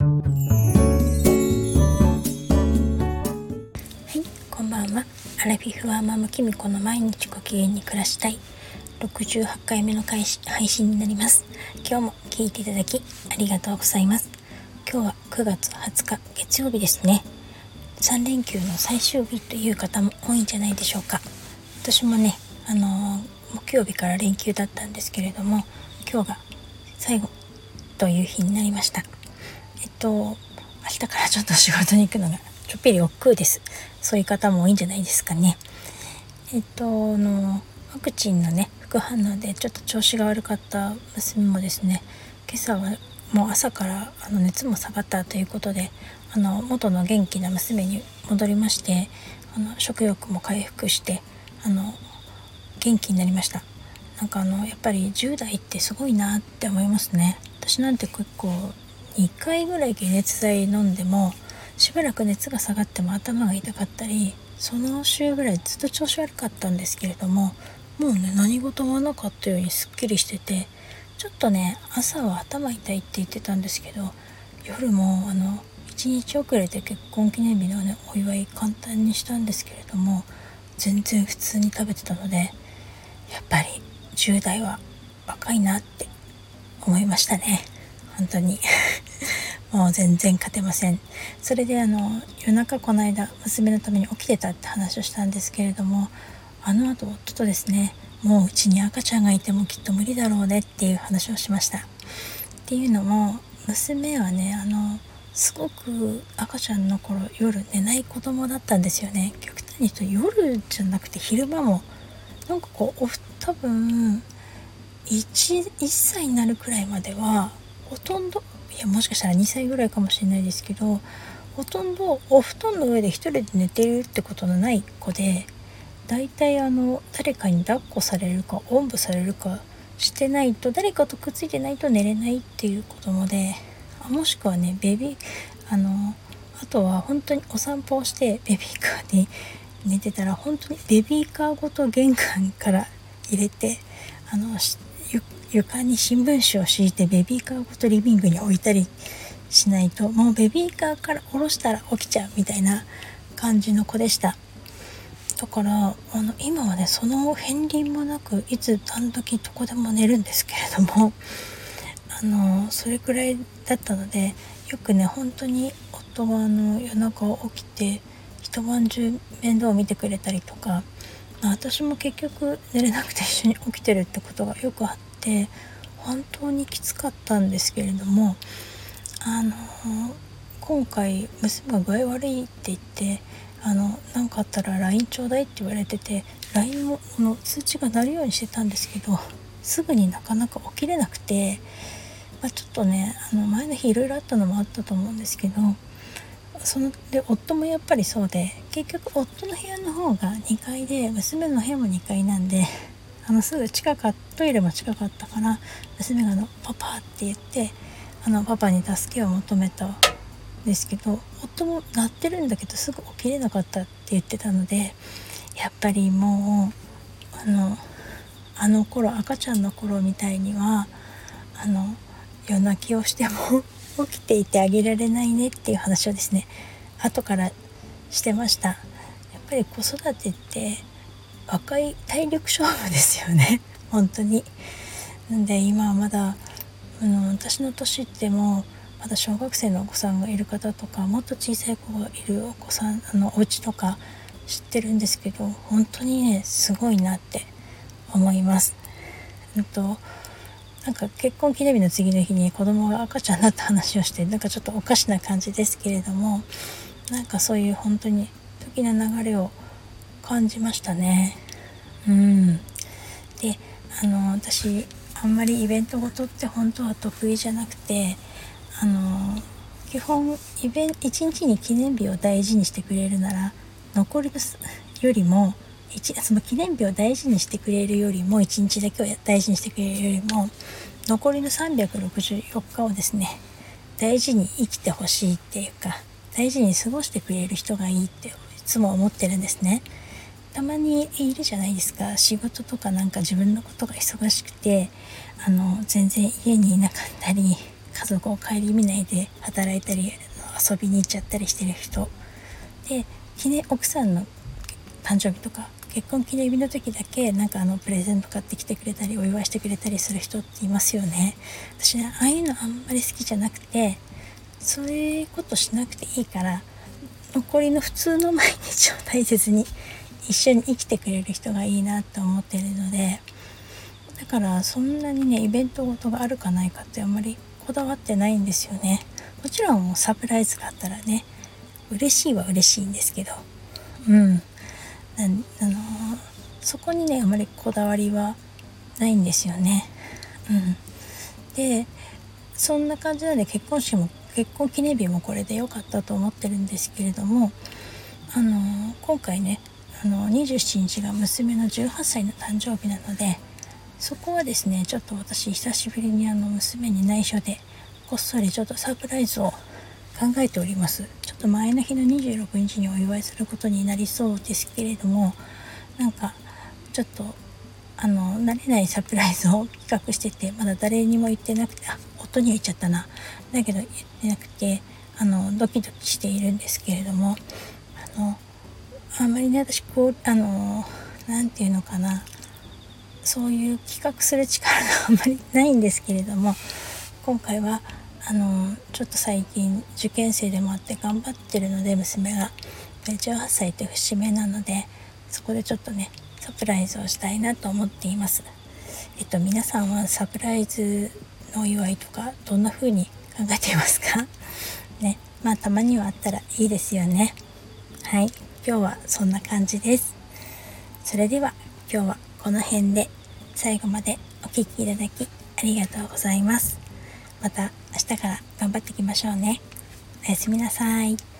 はい、こんばんは。アラフィフワーママキミコの毎日ご機嫌に暮らしたい68回目の配信になります。今日も聞いていただきありがとうございます。今日は9月20日月曜日ですね。3連休の最終日という方も多いんじゃないでしょうか。私もね、木曜日から連休だったんですけれども、今日が最後という日になりました。明日からちょっと仕事に行くのがちょっぴり億劫です。そういう方も多いんじゃないですかね。ワクチンのね副反応でちょっと調子が悪かった娘もですね、今朝はもう朝から熱も下がったということで、元の元気な娘に戻りまして、食欲も回復して元気になりました。なんかやっぱり10代ってすごいなって思いますね。私なんて結構2回ぐらい解熱剤飲んでもしばらく熱が下がっても頭が痛かったり、その週ぐらいずっと調子悪かったんですけれども、もうね何事もなかったようにすっきりしてて、ちょっとね朝は頭痛いって言ってたんですけど、夜も1日遅れて結婚記念日のねお祝い簡単にしたんですけれども、全然普通に食べてたので、やっぱり10代は若いなって思いましたね。本当にもう全然勝てません。それで夜中この間娘のために起きてたって話をしたんですけれども、あの後夫とですね、もううちに赤ちゃんがいてもきっと無理だろうねっていう話をしました。っていうのも、娘はねすごく赤ちゃんの頃夜寝ない子供だったんですよね。極端に言うと夜じゃなくて昼間もなんか多分1歳になるくらいまではほとんど、いやもしかしたら2歳ぐらいかもしれないですけど、ほとんどお布団の上で一人で寝てるってことのない子で、だいたい誰かに抱っこされるかおんぶされるかしてないと、誰かとくっついてないと寝れないっていう子供で、もしくはねあとは本当にお散歩をしてベビーカーに寝てたら、本当にベビーカーごと玄関から入れて床に新聞紙を敷いてベビーカーごとリビングに置いたりしないと、もうベビーカーから下ろしたら起きちゃうみたいな感じの子でした。だから今はねその片鱗もなく、いつ何時どこでも寝るんですけれども、それくらいだったので、よくね本当に夫が夜中起きて一晩中面倒を見てくれたりとか、私も結局寝れなくて一緒に起きてるってことがよくあって、本当にきつかったんですけれども、今回娘が具合悪いって言って何かあったら LINE ちょうだいって言われてて、 LINE も通知が鳴るようにしてたんですけど、すぐになかなか起きれなくて、ちょっとね前の日いろいろあったのもあったと思うんですけど、で夫もやっぱりそうで、結局夫の部屋の方が2階で娘の部屋も2階なんで、すぐトイレも近かったから、娘がパパって言ってパパに助けを求めたんですけど、夫も鳴ってるんだけどすぐ起きれなかったって言ってたので、やっぱりもうあの頃赤ちゃんの頃みたいには夜泣きをしても起きていてあげられないねっていう話をですね後からしてました。やっぱり子育てって若い体力勝負ですよね本当に。なんで今はまだ私の年ってもまだ小学生のお子さんがいる方とか、もっと小さい子がいるお子さんお家とか知ってるんですけど、本当にねすごいなって思います。なんか結婚記念日の次の日に子供が赤ちゃんだった話をして、なんかちょっとおかしな感じですけれども、なんかそういう本当に時の流れを感じましたね。で私あんまりイベントごとって本当は得意じゃなくて、基本一日に記念日を大事にしてくれるなら、残りのよりもその記念日を大事にしてくれるよりも、1日だけを大事にしてくれるよりも残りの364日をですね大事に生きてほしいっていうか、大事に過ごしてくれる人がいいっていつも思ってるんですね。たまにいるじゃないですか、仕事とかなんか自分のことが忙しくて全然家にいなかったり家族を顧みないで働いたり遊びに行っちゃったりしてる人で、奥さんの誕生日とか結婚記念日の時だけなんかプレゼント買ってきてくれたりお祝いしてくれたりする人っていますよね。私ね、ああいうのあんまり好きじゃなくて、そういうことしなくていいから残りの普通の毎日を大切に一緒に生きてくれる人がいいなと思ってるので、だからそんなにねイベントごとがあるかないかってあんまりこだわってないんですよね。もちろんサプライズがあったらね嬉しいは嬉しいんですけど、そこにねあまりこだわりはないんですよね。でそんな感じなので結婚記念日もこれで良かったと思ってるんですけれども、今回ね27日が娘の18歳の誕生日なので、そこはですねちょっと私久しぶりに娘に内緒でこっそりちょっとサプライズを考えております。ちょっと前の日の26日にお祝いすることになりそうですけれども、なんかちょっと慣れないサプライズを企画してて、まだ誰にも言ってなくて、夫には言っちゃったな、だけど言ってなくてドキドキしているんですけれども、あんまりね私なんていうのかな、そういう企画する力があんまりないんですけれども、今回はちょっと最近受験生でもあって頑張ってるので、娘がで18歳という節目なので、そこでちょっとねサプライズをしたいなと思っています。皆さんはサプライズのお祝いとかどんな風に考えていますかね。たまにはあったらいいですよね。はい、今日はそんな感じです。それでは今日はこの辺で、最後までお聞きいただきありがとうございます。また明日から頑張っていきましょうね。おやすみなさい。